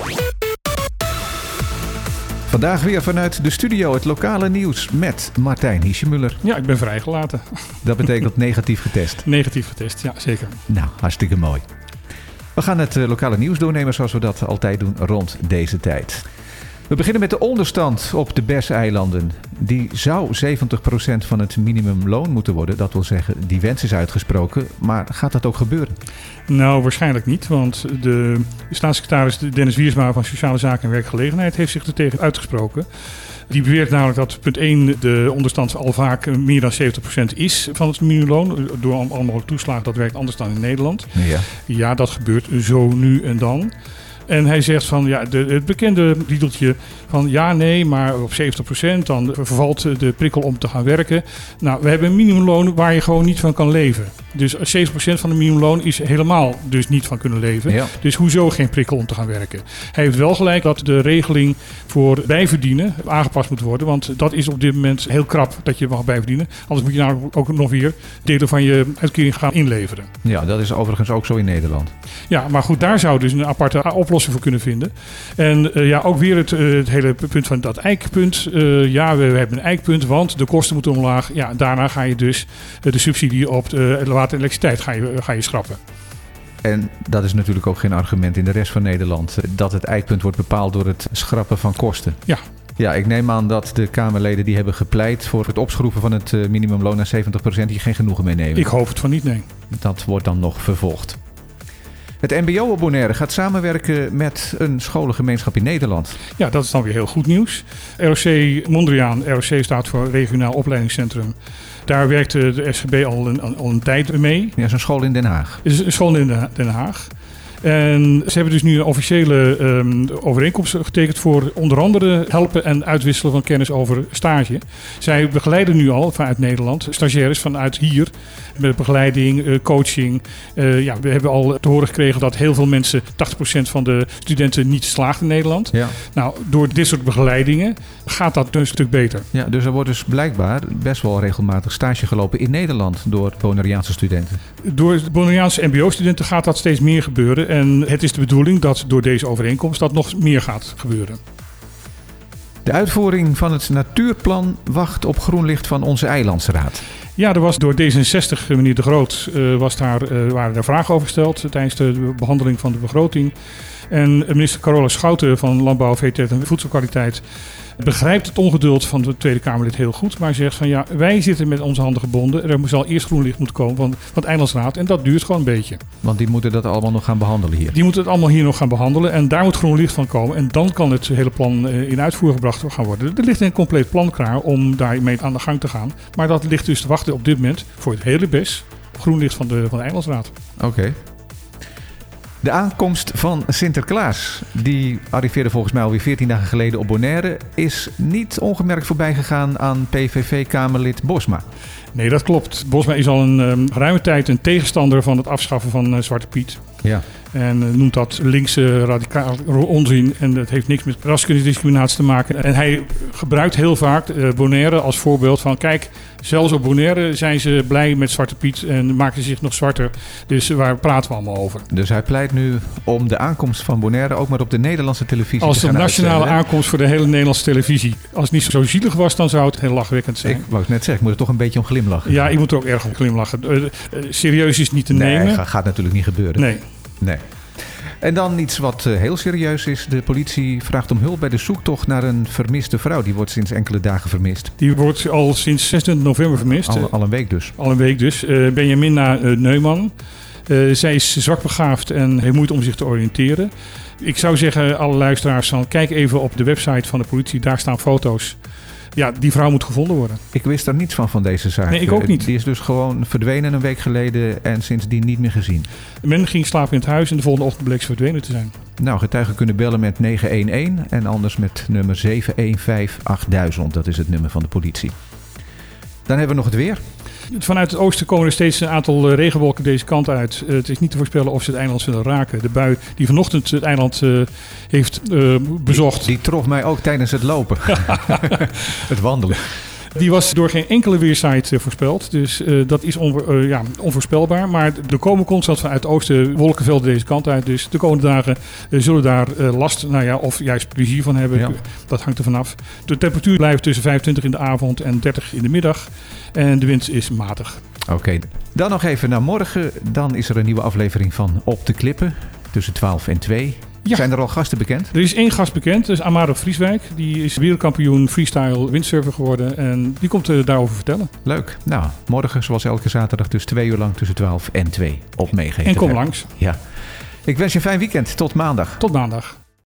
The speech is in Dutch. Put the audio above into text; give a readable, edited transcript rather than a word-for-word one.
Vandaag weer vanuit de studio het lokale nieuws met Martijn Hiesjemuller. Ja, ik ben vrijgelaten. Dat betekent negatief getest. Negatief getest, ja zeker. Nou, hartstikke mooi. We gaan het lokale nieuws doornemen zoals we dat altijd doen rond deze tijd. We beginnen met de onderstand op de BES-eilanden. Die zou 70% van het minimumloon moeten worden. Dat wil zeggen, die wens is uitgesproken. Maar gaat dat ook gebeuren? Nou, waarschijnlijk niet. Want de staatssecretaris Dennis Wiersma van Sociale Zaken en Werkgelegenheid heeft zich er tegen uitgesproken. Die beweert namelijk dat punt 1 de onderstand al vaak meer dan 70% is van het minimumloon. Door allemaal toeslagen, dat werkt anders dan in Nederland. Ja, dat gebeurt zo nu en dan. En hij zegt van, ja, het bekende riedeltje van ja, nee, maar op 70% dan vervalt de prikkel om te gaan werken. Nou, we hebben een minimumloon waar je gewoon niet van kan leven. Dus 70% van de minimumloon is helemaal dus niet van kunnen leven. Ja. Dus hoezo geen prikkel om te gaan werken? Hij heeft wel gelijk dat de regeling voor bijverdienen aangepast moet worden. Want dat is op dit moment heel krap dat je mag bijverdienen. Anders moet je nou ook nog weer delen van je uitkering gaan inleveren. Ja, dat is overigens ook zo in Nederland. Ja, maar goed, daar zou dus een aparte oplossing voor kunnen vinden. En ook weer het hele punt van dat eikpunt. We hebben een eikpunt, want de kosten moeten omlaag. Ja, daarna ga je dus de subsidie op de water en elektriciteit ga je schrappen. En dat is natuurlijk ook geen argument in de rest van Nederland. Dat het eikpunt wordt bepaald door het schrappen van kosten. Ja. Ja, ik neem aan dat de Kamerleden die hebben gepleit voor het opschroeven van het minimumloon naar 70% hier geen genoegen mee nemen. Ik hoop het van niet, nee. Dat wordt dan nog vervolgd. Het mbo op Bonaire gaat samenwerken met een scholengemeenschap in Nederland. Ja, dat is dan weer heel goed nieuws. ROC Mondriaan, ROC staat voor Regionaal Opleidingscentrum. Daar werkt de SGB al een tijd mee. Ja, zo'n school in Den Haag. Het is een school in Den Haag. En ze hebben dus nu een officiële overeenkomst getekend voor onder andere helpen en uitwisselen van kennis over stage. Zij begeleiden nu al vanuit Nederland stagiaires vanuit hier met begeleiding, coaching. We hebben al te horen gekregen dat heel veel mensen, 80% van de studenten niet slaagt in Nederland. Ja. Nou, door dit soort begeleidingen gaat dat dus een stuk beter. Ja, dus er wordt dus blijkbaar best wel regelmatig stage gelopen in Nederland door Bonaireaanse studenten. Door de Bonaireaanse mbo-studenten gaat dat steeds meer gebeuren. En het is de bedoeling dat door deze overeenkomst dat nog meer gaat gebeuren. De uitvoering van het natuurplan wacht op groen licht van onze eilandsraad. Ja, er was door D66, meneer De Groot, waren er vragen over gesteld tijdens de behandeling van de begroting. En minister Carola Schouten van Landbouw, Veeteelt en Voedselkwaliteit begrijpt het ongeduld van de Tweede Kamerlid heel goed, maar zegt van ja, wij zitten met onze handen gebonden. Er zal eerst groen licht moeten komen van het eilandsraad en dat duurt gewoon een beetje. Want die moeten dat allemaal nog gaan behandelen hier? Die moeten het allemaal hier nog gaan behandelen en daar moet groen licht van komen en dan kan het hele plan in uitvoer gebracht gaan worden. Er ligt een compleet plan klaar om daarmee aan de gang te gaan, maar dat ligt dus te wachten op dit moment voor het hele BES groen licht van de eilandsraad. Oké. De aankomst van Sinterklaas, die arriveerde volgens mij alweer 14 dagen geleden op Bonaire, is niet ongemerkt voorbij gegaan aan PVV-Kamerlid Bosma. Nee, dat klopt. Bosma is al een ruime tijd een tegenstander van het afschaffen van Zwarte Piet. Ja. En noemt dat linkse radicaal onzin. En dat heeft niks met rasdiscriminatie te maken. En hij gebruikt heel vaak Bonaire als voorbeeld van kijk, zelfs op Bonaire zijn ze blij met Zwarte Piet en maken ze zich nog zwarter. Dus waar praten we allemaal over? Dus hij pleit nu om de aankomst van Bonaire ook maar op de Nederlandse televisie als te gaan nationale uitzenden. Aankomst voor de hele Nederlandse televisie. Als het niet zo zielig was, dan zou het heel lachwekkend zijn. Ik wou het net zeggen, ik moet er toch een beetje om glimlachen. Ja, ik moet er ook erg om glimlachen. Serieus is het niet te nemen. Nee, gaat natuurlijk niet gebeuren. Nee. En dan iets wat heel serieus is. De politie vraagt om hulp bij de zoektocht naar een vermiste vrouw. Die wordt sinds enkele dagen vermist. Die wordt al sinds 26 november vermist. Al een week dus. Al een week dus. Benjamina Neumann. Zij is zwak begaafd en heeft moeite om zich te oriënteren. Ik zou zeggen, alle luisteraars, kijk even op de website van de politie. Daar staan foto's. Ja, die vrouw moet gevonden worden. Ik wist er niets van deze zaak. Nee, ik ook niet. Die is dus gewoon verdwenen een week geleden en sindsdien niet meer gezien. Men ging slapen in het huis en de volgende ochtend bleek ze verdwenen te zijn. Nou, getuigen kunnen bellen met 911 en anders met nummer 715-8000. Dat is het nummer van de politie. Dan hebben we nog het weer. Vanuit het oosten komen er steeds een aantal regenwolken deze kant uit. Het is niet te voorspellen of ze het eiland zullen raken. De bui die vanochtend het eiland heeft bezocht. Die trof mij ook tijdens het lopen. Het wandelen. Die was door geen enkele weersite voorspeld. Dus dat is onvoorspelbaar. Maar er komen constant vanuit het oosten wolkenvelden deze kant uit. Dus de komende dagen zullen daar last, of juist plezier van hebben. Ja. Dat hangt er vanaf. De temperatuur blijft tussen 25 in de avond en 30 in de middag. En de wind is matig. Oké, dan nog even naar morgen. Dan is er een nieuwe aflevering van Op de Klippen tussen 12 en 2. Ja. Zijn er al gasten bekend? Er is 1 gast bekend, dat is Amaro Vrieswijk. Die is wereldkampioen freestyle windsurfer geworden en die komt daarover vertellen. Leuk. Nou, morgen zoals elke zaterdag dus 2 uur lang tussen 12 en 2 op Mega. En kom langs. Ja. Ik wens je een fijn weekend. Tot maandag. Tot maandag.